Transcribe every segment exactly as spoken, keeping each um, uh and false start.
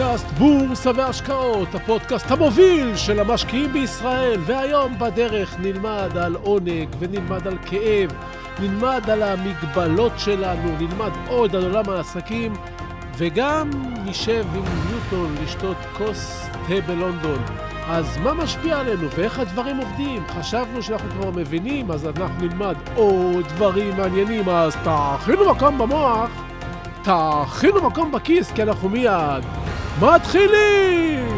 פודקאסט בורסה והשקעות, הפודקאסט המוביל של המשקיעים בישראל. והיום בדרך נלמד על עונג ונלמד על כאב, נלמד על המגבלות שלנו, נלמד עוד על עולם העסקים, וגם נשב עם ניוטון לשתות כוס תה בלונדון. אז מה משפיע עלינו ואיך הדברים עובדים? חשבנו שאנחנו כבר מבינים, אז אנחנו נלמד עוד דברים מעניינים. אז תכינו מקום במוח, תכינו מקום בכיס, כי אנחנו מיד מתחילים!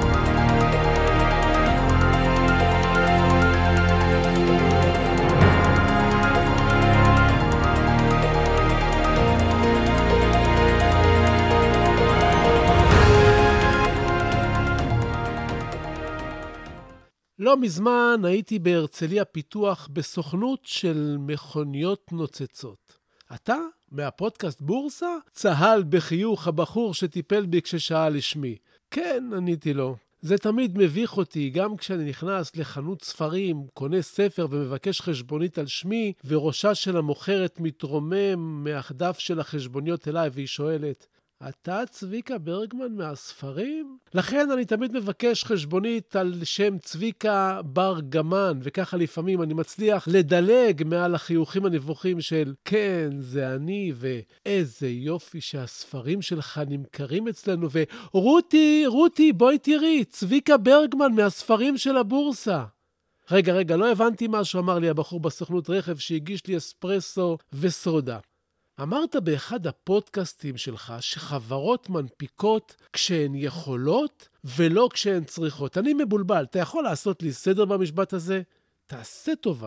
לא מזמן הייתי בהרצליה פיתוח בסוכנות של מכוניות נוצצות. אתה, מהפודקאסט בורסה, צהל בחיוך הבחור שטיפל בי כששאל לשמי. כן, עניתי לו. זה תמיד מביך אותי, גם כשאני נכנס לחנות ספרים, קונה ספר ומבקש חשבונית על שמי, וראשה של המוכרת מתרומם מהדף של החשבוניות אליי, והיא שואלת, אתה צביקה ברגמן מהספרים? לכן אני תמיד מבקש חשבונית על שם צביקה בר גמן, וככה לפעמים אני מצליח לדלג מעל החיוכים הנבוכים של כן, זה אני, ואיזה יופי שהספרים שלך נמכרים אצלנו, ורותי, רותי, בואי תראי, צביקה ברגמן מהספרים של הבורסה. רגע, רגע, לא הבנתי מה שאמר לי הבחור בסוכנות רכב שהגיש לי אספרסו וסודה. אמרת באחד הפודקאסטים שלך שחברות מנפיקות כשהן יכולות ולא כשהן צריכות. אני מבולבל, אתה יכול לעשות לי סדר במשפט הזה? תעשה טובה.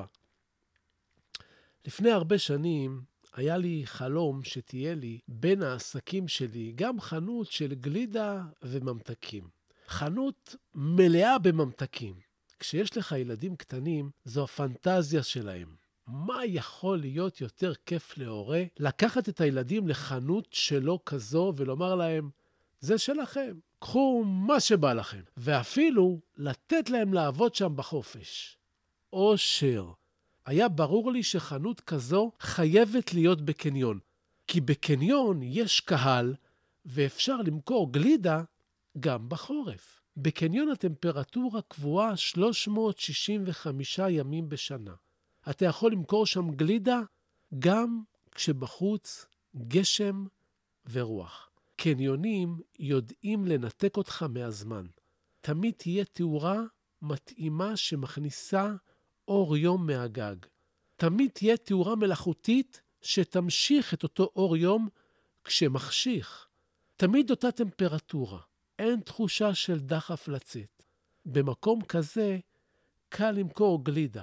לפני הרבה שנים היה לי חלום שתהיה לי בין העסקים שלי גם חנות של גלידה וממתקים. חנות מלאה בממתקים. כשיש לך ילדים קטנים, זו הפנטזיה שלהם. מה יכול להיות יותר כיף להורה? לקחת את הילדים לחנות שלא כזו ולומר להם, זה שלכם, קחו מה שבא לכם. ואפילו לתת להם לעבוד שם בחופש. אושר. היה ברור לי שחנות כזו חייבת להיות בקניון. כי בקניון יש קהל ואפשר למכור גלידה גם בחורף. בקניון הטמפרטורה קבועה שלוש מאות שישים וחמישה ימים בשנה. אתה יכול למכור שם גלידה גם כשבחוץ גשם ורוח. קניונים יודעים לנתק אותך מהזמן. תמיד תהיה תאורה מתאימה שמכניסה אור יום מהגג. תמיד תהיה תאורה מלאכותית שתמשיך את אותו אור יום כשמחשיך. תמיד אותה טמפרטורה. אין תחושה של דחף לצאת. במקום כזה קל למכור גלידה.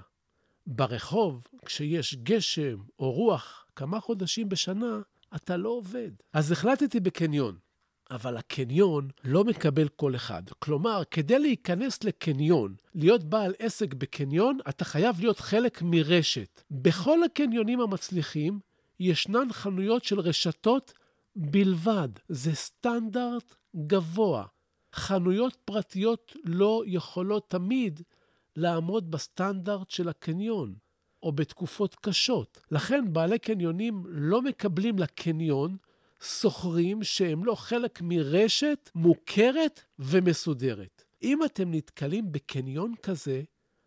ברחוב, כשיש גשם או רוח כמה חודשים בשנה, אתה לא עובד. אז החלטתי בקניון, אבל הקניון לא מקבל כל אחד. כלומר, כדי להיכנס לקניון, להיות בעל עסק בקניון, אתה חייב להיות חלק מרשת. בכל הקניונים המצליחים, ישנן חנויות של רשתות בלבד. זה סטנדרט גבוה. חנויות פרטיות לא יכולות תמיד לעמוד בסטנדרט של הקניון, או בתקופות קשות. לכן בעלי קניונים לא מקבלים לקניון סוחרים שהם לא חלק מרשת מוכרת ומסודרת. אם אתם נתקלים בקניון כזה,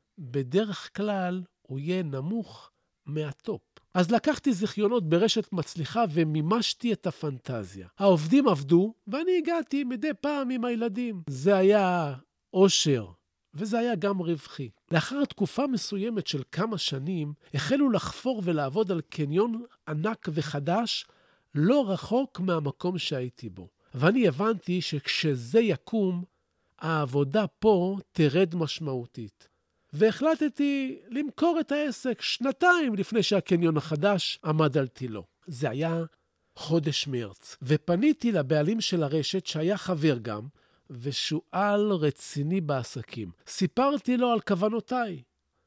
בדרך כלל הוא יהיה נמוך מהטופ. אז לקחתי זיכיונות ברשת מצליחה ומימשתי את הפנטזיה. העובדים עבדו ואני הגעתי מדי פעם עם הילדים. זה היה אושר. וזה היה גם רווחי. לאחר תקופה מסוימת של כמה שנים, החלו לחפור ולעבוד על קניון ענק וחדש, לא רחוק מהמקום שהייתי בו. ואני הבנתי שכשזה יקום, העבודה פה תרד משמעותית. והחלטתי למכור את העסק שנתיים לפני שהקניון החדש עמד על תילו. זה היה חודש מרץ. ופניתי לבעלים של הרשת שהיה חבר גם, ושואל רציני בעסקים. סיפרתי לו על כוונותיי.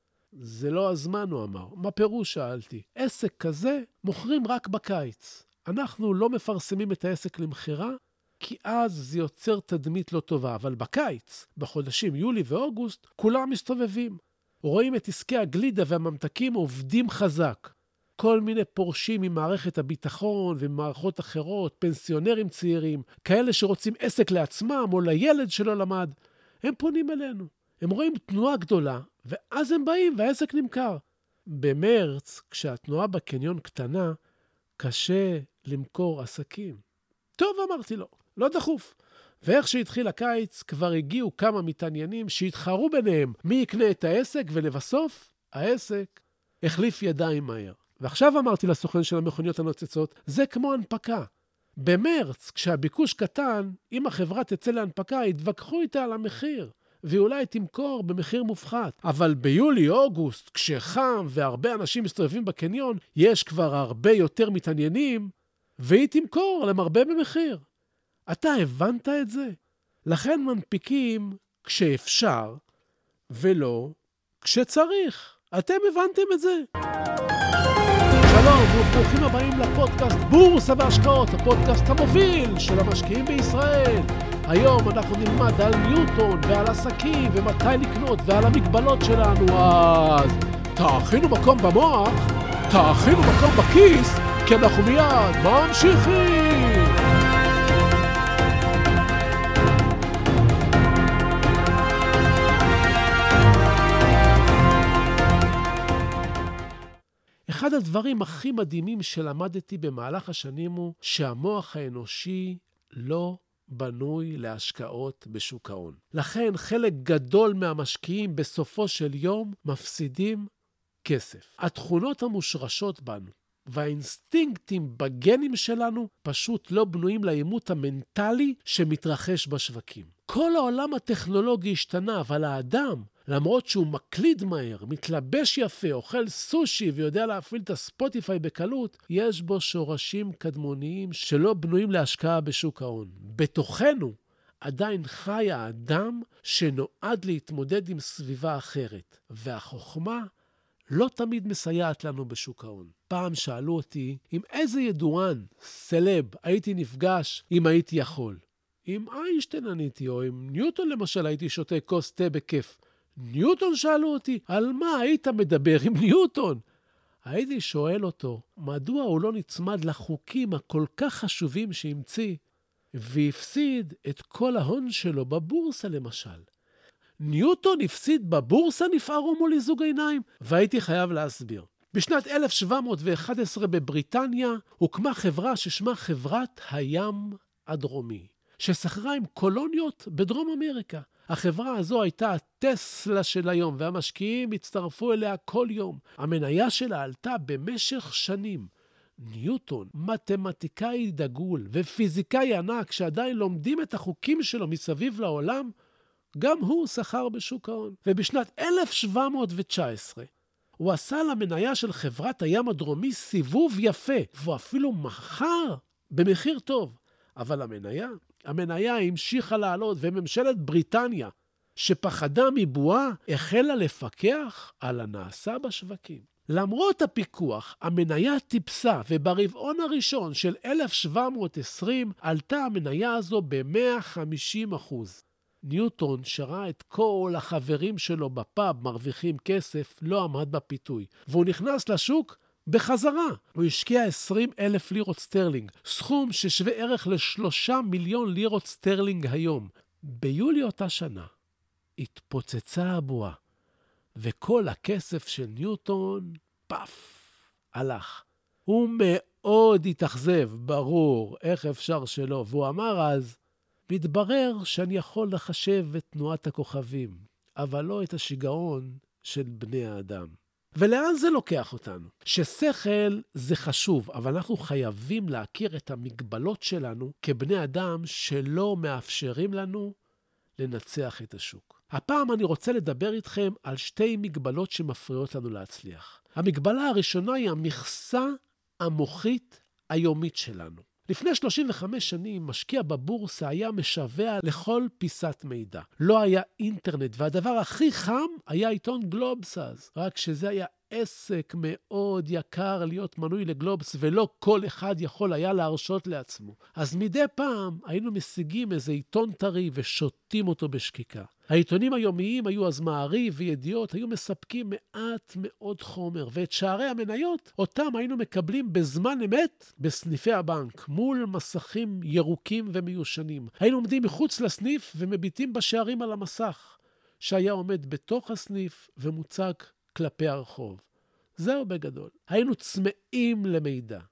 זה לא הזמן, הוא אמר. מה פירוש? שאלתי. עסק כזה מוכרים רק בקיץ. אנחנו לא מפרסמים את העסק למחירה, כי אז זה יוצר תדמית לא טובה. אבל בקיץ, בחודשים יולי ואוגוסט, כולם מסתובבים. רואים את עסקי הגלידה והממתקים עובדים חזק. כל מיני פורשים ממערכת הביטחון ומערכות אחרות, פנסיונרים צעירים, כאלה שרוצים עסק לעצמם או לילד שלא למד. הם פונים אלינו. הם רואים תנועה גדולה, ואז הם באים והעסק נמכר. במרץ, כשהתנועה בקניון קטנה, קשה למכור עסקים. טוב, אמרתי לו, לא דחוף. ואיך שהתחיל הקיץ, כבר הגיעו כמה מתעניינים שהתחרו ביניהם מי יקנה את העסק, ולבסוף, העסק החליף ידיים מהר. ועכשיו אמרתי לסוכן של המכוניות הנוצצות, זה כמו הנפקה. במרץ, כשהביקוש קטן, אם החברה תצא להנפקה, יתווכחו איתה על המחיר, ואולי תמכור במחיר מופחת. אבל ביולי-אוגוסט, כשחם והרבה אנשים מסתובבים בקניון, יש כבר הרבה יותר מתעניינים, והיא תמכור למרבה במחיר. אתה הבנת את זה? לכן מנפיקים כשאפשר, ולא כשצריך. אתם הבנתם את זה? שלום, וברוכים הבאים לפודקאסט בורסה והשקעות, הפודקאסט המוביל של המשקיעים בישראל. היום אנחנו נלמד על ניוטון ועל עסקים ומתי לקנות ועל המגבלות שלנו. אז תאכינו מקום במוח, תאכינו מקום בכיס, כי אנחנו מיד ממשיכים. אחד הדברים הכי מדהימים שלמדתי במהלך השנים הוא שהמוח האנושי לא בנוי להשקעות בשוק ההון. לכן חלק גדול מהמשקיעים בסופו של יום מפסידים כסף. התכונות המושרשות בנו והאינסטינקטים בגנים שלנו פשוט לא בנויים לאימות המנטלי שמתרחש בשווקים. כל העולם הטכנולוגי השתנה, אבל האדם, למרות שהוא מקליד מהר, מתלבש יפה, אוכל סושי ויודע להפעיל את הספוטיפיי בקלות, יש בו שורשים קדמוניים שלא בנויים להשקעה בשוק ההון. בתוכנו עדיין חי האדם שנועד להתמודד עם סביבה אחרת, והחוכמה לא תמיד מסייעת לנו בשוק ההון. פעם שאלו אותי, עם איזה ידוען, סלב, הייתי נפגש אם הייתי יכול? עם איינשטיין עניתי, או עם ניוטון למשל הייתי שותה כוס תה בכיף. ניוטון שאלו אותי, על מה היית מדבר עם ניוטון? הייתי שואל אותו, מדוע הוא לא נצמד לחוקים הכל כך חשובים שהמציא, והפסיד את כל ההון שלו בבורסה למשל. ניוטון הפסיד בבורסה, נפערו מולי זוג עיניים, והייתי חייב להסביר. בשנת אלף שבע מאות ואחת עשרה בבריטניה הוקמה חברה ששמה חברת הים הדרומי, שסחרה עם קולוניות בדרום אמריקה. החברה הזו הייתה הטסלה של היום, והמשקיעים הצטרפו אליה כל יום. המניה שלה עלתה במשך שנים. ניוטון, מתמטיקאי דגול ופיזיקאי ענק שעדיין לומדים את החוקים שלו מסביב לעולם, גם הוא שכר בשוק ההון. ובשנת אלף שבע מאות תשע עשרה הוא עשה למניה של חברת הים הדרומי סיבוב יפה, והוא אפילו מכר במחיר טוב. אבל המניה, המניה המשיכה לעלות, וממשלת בריטניה, שפחדה מבועה, החלה לפקח על הנעשה בשווקים. למרות הפיקוח, המניה טיפסה, וברבעון הראשון של אלף שבע מאות עשרים עלתה המניה הזו ב-מאה וחמישים אחוז. ניוטון שראה את כל החברים שלו בפאב מרוויחים כסף, לא עמד בפיתוי, והוא נכנס לשוק בחזרה. הוא השקיע עשרים אלף לירות סטרלינג, סכום ששווה ערך לשלושה מיליון לירות סטרלינג היום. ביולי אותה שנה התפוצצה הבועה, וכל הכסף של ניוטון, פף, הלך. הוא מאוד התאכזב, ברור, איך אפשר שלא. והוא אמר אז, מתברר שאני יכול לחשב את תנועת הכוכבים, אבל לא את השיגעון של בני האדם. ולאן זה לוקח אותנו? ששכל זה חשוב, אבל אנחנו חייבים להכיר את המגבלות שלנו כבני אדם שלא מאפשרים לנו לנצח את השוק. הפעם אני רוצה לדבר איתכם על שתי מגבלות שמפריעות לנו להצליח. המגבלה הראשונה היא המכסה המוחית היומית שלנו. לפני שלושים וחמש שנים משקיע בבורסה היה משווע לכל פיסת מידע. לא היה אינטרנט, והדבר הכי חם היה עיתון גלובס אז. רק שזה היה עסק מאוד יקר להיות מנוי לגלובס, ולא כל אחד יכול היה להרשות לעצמו. אז מדי פעם היינו משיגים איזה עיתון טרי ושותים אותו בשקיקה. העיתונים היומיים היו אז מעריב וידיעות, היו מספקים מעט מאוד חומר, ואת שערי המניות, אותם היינו מקבלים בזמן אמת בסניפי הבנק, מול מסכים ירוקים ומיושנים. היינו עומדים מחוץ לסניף ומביטים בשערים על המסך, שהיה עומד בתוך הסניף ומוצג כלפי הרחוב. זהו בגדול. היינו צמאים למידע.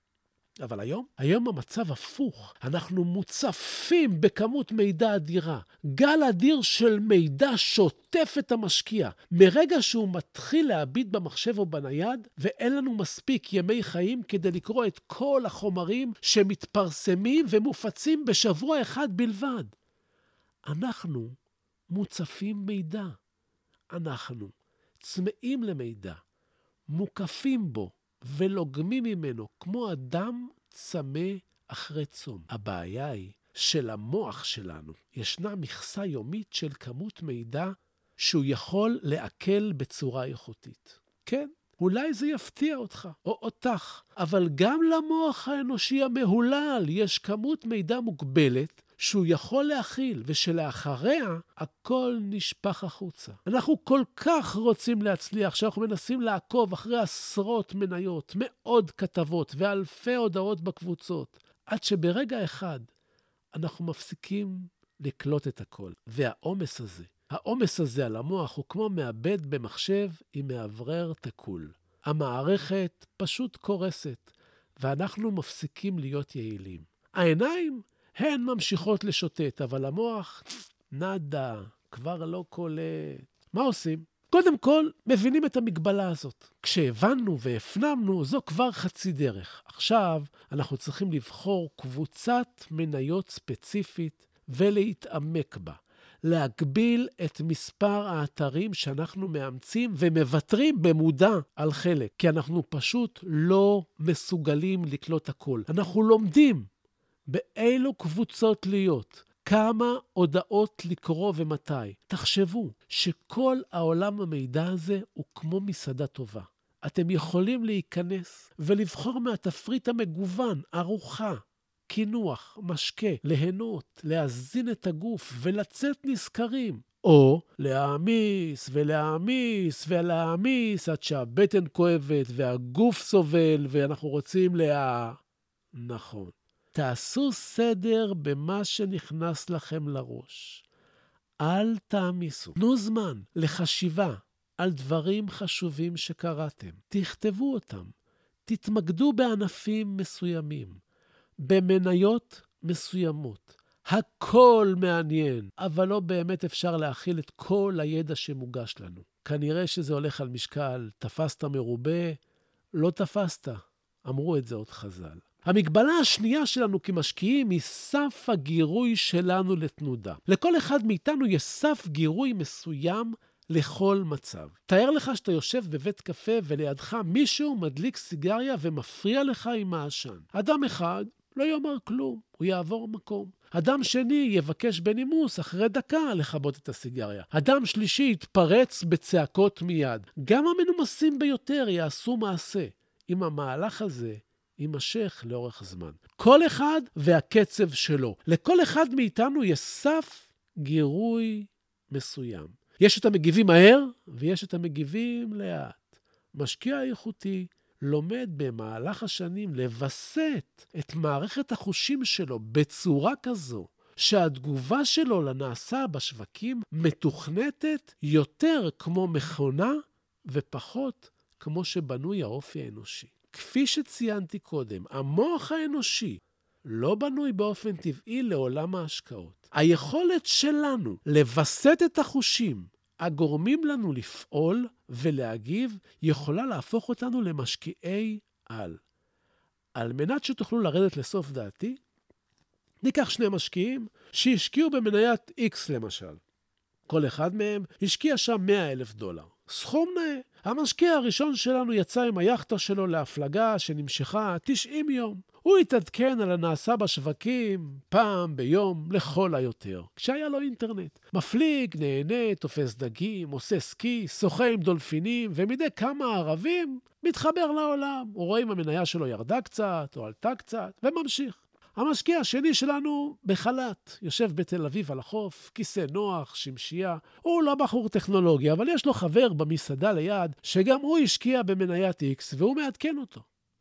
אבל היום, היום המצב הפוך. אנחנו מוצפים בכמות מידע אדירה. גל אדיר של מידע שוטף את המשקיע. מרגע שהוא מתחיל להביט במחשב או בנייד, ואין לנו מספיק ימי חיים כדי לקרוא את כל החומרים שמתפרסמים ומופצים בשבוע אחד בלבד. אנחנו מוצפים מידע. אנחנו צמאים למידע, מוקפים בו ולוגמים ממנו כמו אדם צמא אחרי צום. הבעיה היא שלמוח שלנו ישנה מכסה יומית של כמות מידע שהוא יכול לעכל בצורה איכותית. כן, אולי זה יפתיע אותך או אותך, אבל גם למוח האנושי המהולל יש כמות מידע מוגבלת שהוא יכול להכיל, ושלאחריה הכל נשפך החוצה. אנחנו כל כך רוצים להצליח, שאנחנו מנסים לעקוב אחרי עשרות מניות, מאות כתבות ואלפי הודעות בקבוצות, עד שברגע אחד אנחנו מפסיקים לקלוט את הכל. והעומס הזה, העומס הזה על המוח הוא כמו מעבד במחשב עם מאוורר תקול. המערכת פשוט קורסת, ואנחנו מפסיקים להיות יעילים. העיניים הן ממשיכות לשוטט, אבל המוח נדה, כבר לא קולט. מה עושים? קודם כל, מבינים את המגבלה הזאת. כשהבנו והפנמנו, זו כבר חצי דרך. עכשיו, אנחנו צריכים לבחור קבוצת מניות ספציפית ולהתעמק בה. להגביל את מספר האתרים שאנחנו מאמצים ומוותרים במודע על חלק, כי אנחנו פשוט לא מסוגלים לקלוט הכל. אנחנו לומדים באילו קבוצות להיות, כמה הודעות לקרוא ומתי. תחשבו שכל העולם המידע הזה הוא כמו מסעדה טובה. אתם יכולים להיכנס ולבחור מהתפריט המגוון, ארוחה, קינוח, משקה, ליהנות, להזין את הגוף ולצאת נזכרים. או להעמיס ולהעמיס ולהעמיס עד שהבטן כואבת והגוף סובל ואנחנו רוצים לה... נכון. תעשו סדר במה שנכנס לכם לראש. אל תעמיסו. תנו זמן לחשיבה על דברים חשובים שקראתם. תכתבו אותם. תתמקדו בענפים מסוימים. במניות מסוימות. הכל מעניין, אבל לא באמת אפשר להכיל את כל הידע שמוגש לנו. כנראה שזה הולך על משקל, תפסת מרובה, לא תפסת. אמרו את זה עוד חז"ל. המגבלה השנייה שלנו כמשקיעים היא סף הגירוי שלנו לתנודה. לכל אחד מאיתנו יש סף גירוי מסוים לכל מצב. תאר לך שאתה יושב בבית קפה ולידך מישהו מדליק סיגריה ומפריע לך עם העשן. אדם אחד לא יאמר כלום, הוא יעבור מקום. אדם שני יבקש בנימוס אחרי דקה לכבות את הסיגריה. אדם שלישי יתפרץ בצעקות מיד. גם המנומסים ביותר יעשו מעשה. עם המהלך הזה יימשך לאורך זמן. כל אחד והקצב שלו. לכל אחד מאיתנו יש סף גירוי מסוים. יש את המגיבים מהר ויש את המגיבים לאט. משקיע איכותי לומד במהלך השנים לבסט את מערכת החושים שלו בצורה כזו שהתגובה שלו לנעשה בשווקים מתוכנתת יותר כמו מכונה ופחות כמו שבנוי האופי האנושי. כפי שציינתי קודם, המוח האנושי לא בנוי באופן טבעי לעולם ההשקעות. היכולת שלנו לבסט את החושים הגורמים לנו לפעול ולהגיב יכולה להפוך אותנו למשקיעי על. על מנת שתוכלו לרדת לסוף דעתי, ניקח שני משקיעים שהשקיעו במניית X למשל. כל אחד מהם השקיע שם מאה אלף דולר. סכום נאה. המשקיע הראשון שלנו יצא עם היחטה שלו להפלגה שנמשכה תשעים יום. הוא התעדכן על הנעשה בשווקים פעם ביום לכל היותר, כשהיה לו אינטרנט. מפליג, נהנה, תופס דגים, עושה סקי, שוחה עם דולפינים, ומדי כמה ערבים מתחבר לעולם. הוא רואה אם המניה שלו ירדה קצת או עלתה קצת, וממשיך. המשקיע השני שלנו בחל"ת, יושב בתל אביב על החוף, כיסא נוח, שמשייה. הוא לא בחור טכנולוגיה, אבל יש לו חבר במסעדה ליד, שגם הוא השקיע במניית X, והוא מעדכן אותו.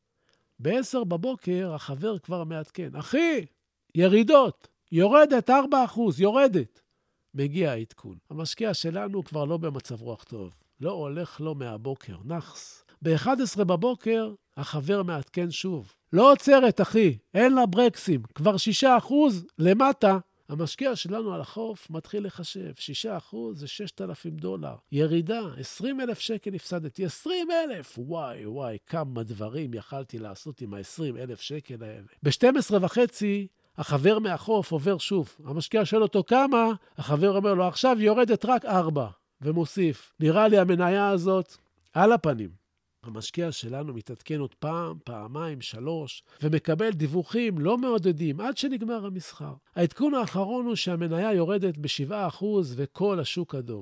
בעשר בבוקר החבר כבר מעדכן. אחי, ירידות, יורדת ארבעה אחוז, יורדת. מגיע העדכון. המשקיע שלנו כבר לא במצב רוח טוב. לא הולך לו מהבוקר, נחס. ב-אחת עשרה בבוקר החבר מעדכן שוב. לא עוצרת, אחי, אין לה ברקסים. כבר שישה אחוז למטה. המשקיע שלנו על החוף מתחיל לחשב. שישה אחוז זה שישת אלפים דולר. ירידה, עשרים אלף שקל הפסדתי. עשרים אלף! וואי, וואי, כמה דברים יכלתי לעשות עם ה-עשרים אלף שקל האלה. ב-שתים עשרה וחצי, החבר מהחוף עובר שוב. המשקיע שואל אותו כמה, החבר אומר לו, עכשיו יורדת רק ארבע. ומוסיף, נראה לי המניה הזאת על הפנים. המשקיע שלנו מתעדכן עוד פעם, פעמיים, שלוש, ומקבל דיווחים לא מעודדים עד שנגמר המסחר. העדכון האחרון הוא שהמניה יורדת ב-שבעה אחוז וכל השוק אדום.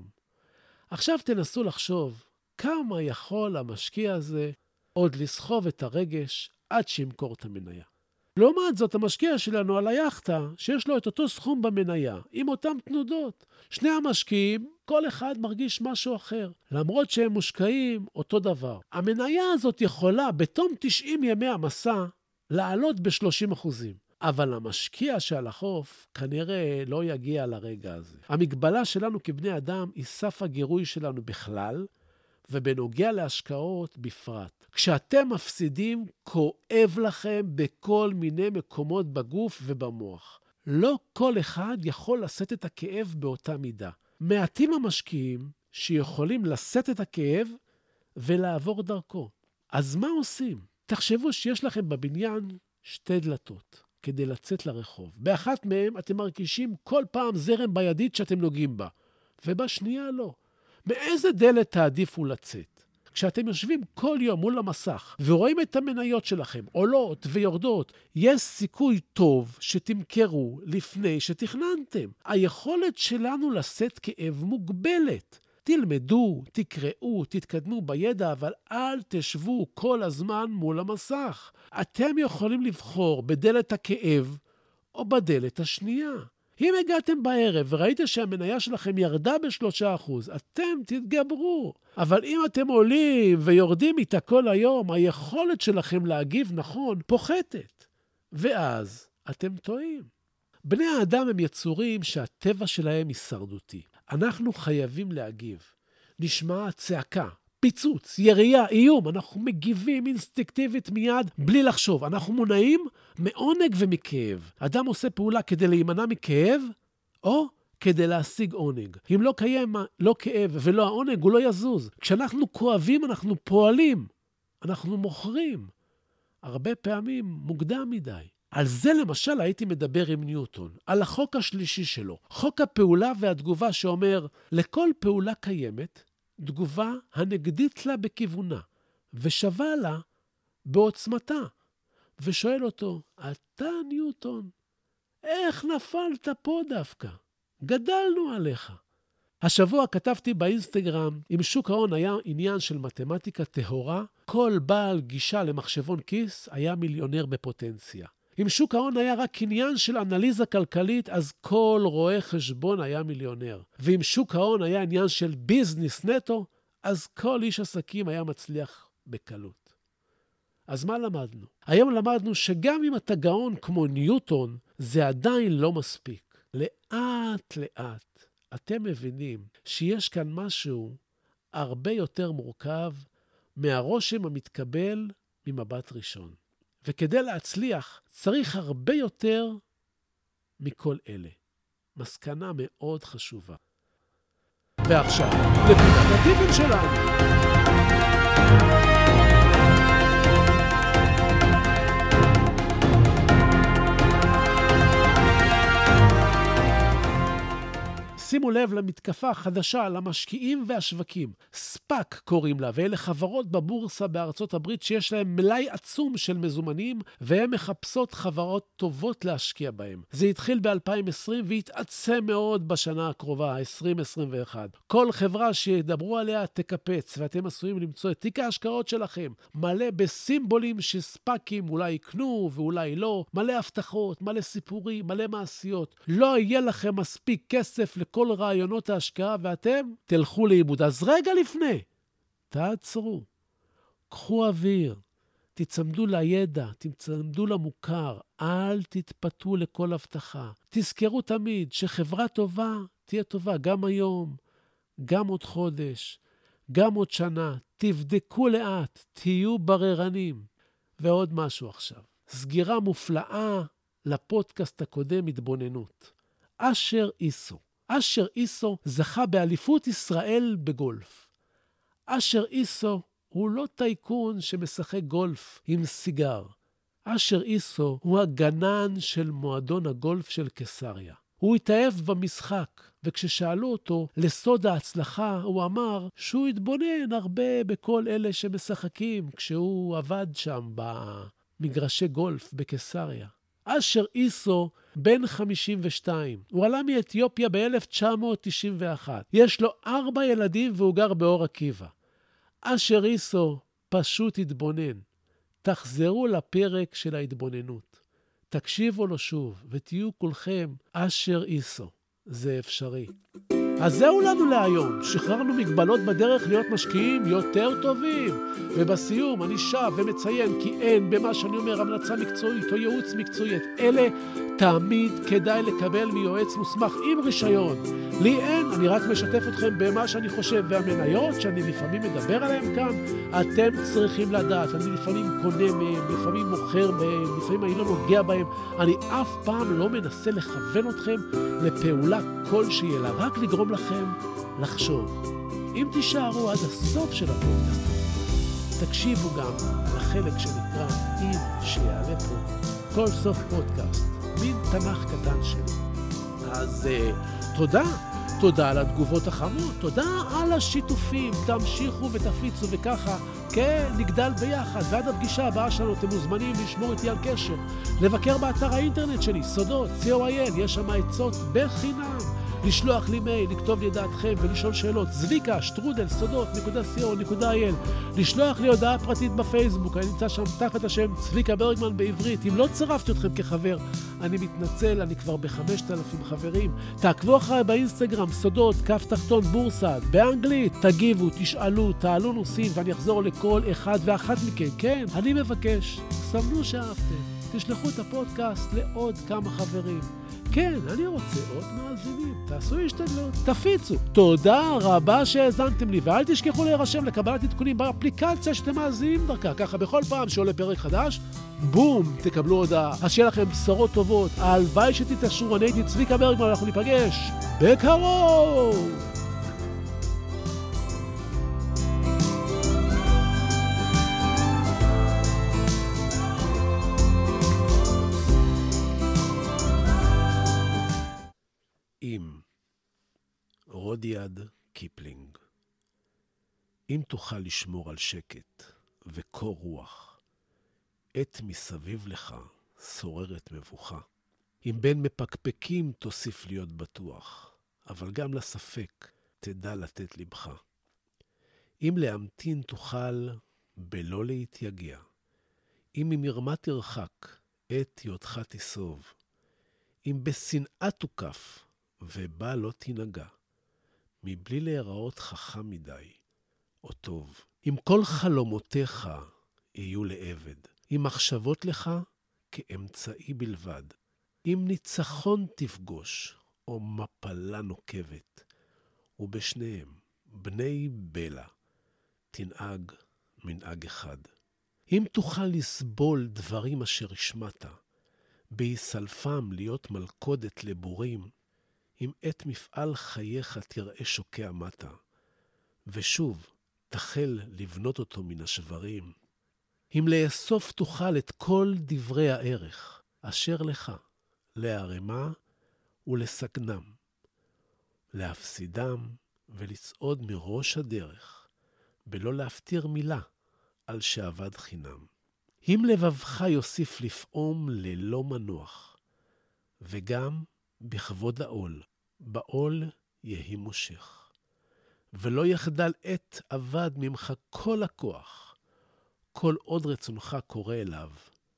עכשיו תנסו לחשוב כמה יכול המשקיע הזה עוד לסחוב את הרגש עד שימכור את המניה. לעומת זאת, המשקיע שלנו על היחטה, שיש לו את אותו סכום במניה, עם אותם תנודות. שני המשקיעים, כל אחד מרגיש משהו אחר. למרות שהם מושקעים, אותו דבר. המניה הזאת יכולה, בתום תשעים ימי המסע, לעלות ב-שלושים אחוזים. אבל המשקיע שעל החוף כנראה לא יגיע לרגע הזה. המגבלה שלנו כבני אדם היא סף הגירוי שלנו בכלל, ובנוגע להשקעות בפרט. כשאתם מפסידים, כואב לכם בכל מיני מקומות בגוף ובמוח. לא כל אחד יכול לשאת את הכאב באותה מידה. מעטים המשקיעים שיכולים לשאת את הכאב ולעבור דרכו. אז מה עושים? תחשבו שיש לכם בבניין שתי דלתות כדי לצאת לרחוב. באחת מהם אתם מרגישים כל פעם זרם בידית שאתם נוגעים בה, ובשנייה לא. מאיזה דלת תעדיפו לצאת? כשאתם יושבים כל יום מול המסך ורואים את המניות שלכם עולות ויורדות, יש סיכוי טוב שתמכרו לפני שתכננתם. היכולת שלנו לשאת כאב מוגבלת. תלמדו, תקראו, תתקדמו בידע, אבל אל תשבו כל הזמן מול המסך. אתם יכולים לבחור בדלת הכאב או בדלת השנייה. אם הגעתם בערב וראיתם שהמניה שלכם ירדה בשלושה אחוז, אתם תתגברו. אבל אם אתם עולים ויורדים איתה כל היום, היכולת שלכם להגיב נכון פוחתת. ואז אתם טועים. בני האדם הם יצורים שהטבע שלהם הישרדותי. אנחנו חייבים להגיב. נשמע צעקה, פיצוץ, ירייה, איום. אנחנו מגיבים אינסטינקטיבית מיד בלי לחשוב. אנחנו מונעים מעונג ומכאב. אדם עושה פעולה כדי להימנע מכאב או כדי להשיג עונג. אם לא קיים לא כאב ולא העונג, הוא לא יזוז. כשאנחנו כואבים אנחנו פועלים. אנחנו מוכרים. הרבה פעמים מוקדם מדי. על זה למשל הייתי מדבר עם ניוטון, על החוק השלישי שלו. חוק הפעולה והתגובה שאומר, לכל פעולה קיימת, תגובה הנגדית לה בכיוונה, ושווה לה בעוצמתה. ושואל אותו, אתה ניוטון, איך נפלת פה דווקא? גדלנו עליך. השבוע כתבתי באינסטגרם, אם שוק ההון היה עניין של מתמטיקה טהורה, כל בעל גישה למחשבון כיס היה מיליונר בפוטנציה. אם שוק ההון היה רק עניין של אנליזה כלכלית, אז כל רואה חשבון היה מיליונר. ואם שוק ההון היה עניין של ביזנס נטו, אז כל איש עסקים היה מצליח בקלות. אז מה למדנו? היום למדנו שגם אם אתה גאון כמו ניוטון, זה עדיין לא מספיק. לאט לאט אתם מבינים שיש כאן משהו הרבה יותר מורכב מהרושם המתקבל ממבט ראשון. וכדי להצליח צריך הרבה יותר מכל אלה. מסקנה מאוד חשובה. ועכשיו, לפינת הטיפים שלנו. שימו לב למתקפה חדשה למשקיעים והשווקים. ספאק קוראים לה, ואלה חברות בבורסה בארצות הברית שיש להם מלאי עצום של מזומנים, והן מחפשות חברות טובות להשקיע בהם. זה התחיל ב-אלפיים ועשרים והתעצם מאוד בשנה הקרובה, עשרים עשרים ואחת. כל חברה שידברו עליה תקפץ, ואתם עשויים למצוא את תיק ההשקעות שלכם, מלא בסימבולים שספאקים אולי יקנו ואולי לא, מלא הבטחות, מלא סיפורים, מלא מעשיות. לא יהיה לכם מספיק כסף לכל רעיונות ההשקעה, ואתם תלכו לאיבוד. אז רגע לפני, תעצרו, קחו אוויר, תצמדו לידע, תצמדו למוכר, אל תתפתו לכל הבטחה. תזכרו תמיד שחברה טובה תהיה טובה גם היום, גם עוד חודש, גם עוד שנה. תבדקו לאט, תהיו בררנים. ועוד משהו עכשיו. סגירה מופלאה לפודקאסט הקודם, התבוננות. אשר איסו. אשר איסו זכה באליפות ישראל בגולף. אשר איסו הוא לא טייקון שמשחק גולף עם סיגר. אשר איסו הוא הגנן של מועדון הגולף של קיסריה. הוא התאהב במשחק, וכששאלו אותו לסוד ההצלחה, הוא אמר שהוא התבונן הרבה בכל אלה שמשחקים כשהוא עבד שם במגרשי גולף בקיסריה. אשר איסו בן חמישים ושתיים. הוא עלה מאתיופיה ב-אלף תשע מאות תשעים ואחת. יש לו ארבע ילדים והוא גר באור עקיבא. אשר איסו פשוט התבונן. תחזרו לפרק של ההתבוננות. תקשיבו לו שוב ותהיו כולכם אשר איסו. זה אפשרי. אז זהו לנו להיום. שחררנו מגבלות בדרך להיות משקיעים יותר טובים. ובסיום אני שב ומציין כי אין במה שאני אומר המלצה מקצועית או ייעוץ מקצועי. את אלה תמיד כדאי לקבל מיועץ מוסמך עם רישיון. לי אין, אני רק משתף אתכם במה שאני חושב, והמניות שאני לפעמים מדבר עליהן כאן, אתם צריכים לדעת. אני לפעמים קונה מהם, לפעמים מוכר מהם, לפעמים אני לא נוגע בהם. אני אף פעם לא מנסה לכוון אתכם לפעולה כלשהי, אלא רק לגרום לכם לחשוב. אם תישארו עד הסוף של הפודקאסט, תקשיבו גם לחלק שנקרא אם שיעלה פה כל סוף פודקאסט, מין תנ"ך קטן שלי. אז uh, תודה, תודה על התגובות החמות, תודה על השיתופים, תמשיכו ותפיצו וככה, כן, נגדל ביחד. ועד הפגישה הבאה שלנו אתם מוזמנים לשמור איתי על קשר, לבקר באתר האינטרנט שלי, סודות, סי או איי אל, יש שם עצות בחינם, לשלוח לי מייל, לכתוב לי דעתכם ולשאול שאלות, זביקה, שטרודל, סודות, נקודה סי או, נקודה איי אל, לשלוח לי הודעה פרטית בפייסבוק, אני נמצא שם תחת השם צביקה ברגמן בעברית. אם לא צרפתי אתכם כחבר, אני מתנצל, אני כבר ב-חמשת אלפים חברים. תעקבו אחריי באינסטגרם, סודות, כף תחתון בורסה, באנגלית, תגיבו, תשאלו, תעלו נושאים, ואני אחזור לכל אחד ואחת מכם. כן, אני מבקש, סמנו שאהבתם, תשלחו את הפודקאסט לעוד כמה חברים. כן, אני רוצה עוד מאזינים. תעשו השתדלות, תפיצו. תודה רבה שהאזנתם לי, ואל תשכחו להירשם לקבלת עדכונים באפליקציה שאתם מאזינים דרכה. ככה בכל פעם שעולה פרק חדש, בום, תקבלו הודעה. אז שיהיה לכם בשורות טובות. הלוואי שתתעשרו. אני הייתי צביקה ברגמן, אנחנו ניפגש בקרוב. אם רודיעד קיפלינג, אם תוכל לשמור על שקט וקור רוח, עת מסביב לך שוררת מבוכה. אם בין מפקפקים תוסיף להיות בטוח, אבל גם לספק תדע לתת לבך. אם להמתין תוכל בלא להתייגע, אם ממרמה תרחק עת היותך תסוב, אם בשנאה תוקף ובה לא תנגע, מבלי להיראות חכם מדי או טוב. אם כל חלומותיך יהיו לעבד, אם מחשבות לך כאמצעי בלבד, אם ניצחון תפגוש או מפלה נוקבת, ובשניהם בני בלה תנהג מנהג אחד. אם תוכל לסבול דברים אשר השמעת, ביסלפם להיות מלכודת לבורים, אם עת מפעל חייך תראה שוקע מטה, ושוב תחל לבנות אותו מן השברים, אם לאסוף תוכל את כל דברי הערך, אשר לך, להרמה ולסגנם, להפסידם ולצעוד מראש הדרך, בלא להפתיר מילה על שעבד חינם. אם לבבך יוסיף לפעום ללא מנוח, וגם בכבוד העול, בעול יהי מושך. ולא יחדל עת עבד ממך כל הכוח, כל עוד רצונך קורא אליו,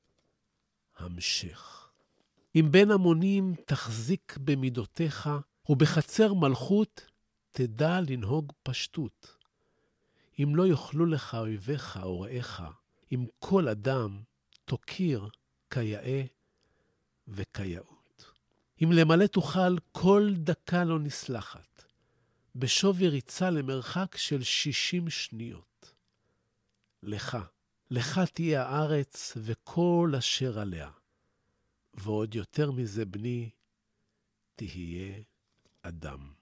המשך. אם בין המונים תחזיק במידותיך, ובחצר מלכות תדע לנהוג פשטות. אם לא יוכלו לך אויביך או רעיך, אם כל אדם תוקיר כיאה וכיאות. אם למלא תוכל כל דקה לא נסלחת, בשווי ריצה למרחק של שישים שניות. לך, לך תהיה הארץ וכל אשר עליה, ועוד יותר מזה בני, תהיה אדם.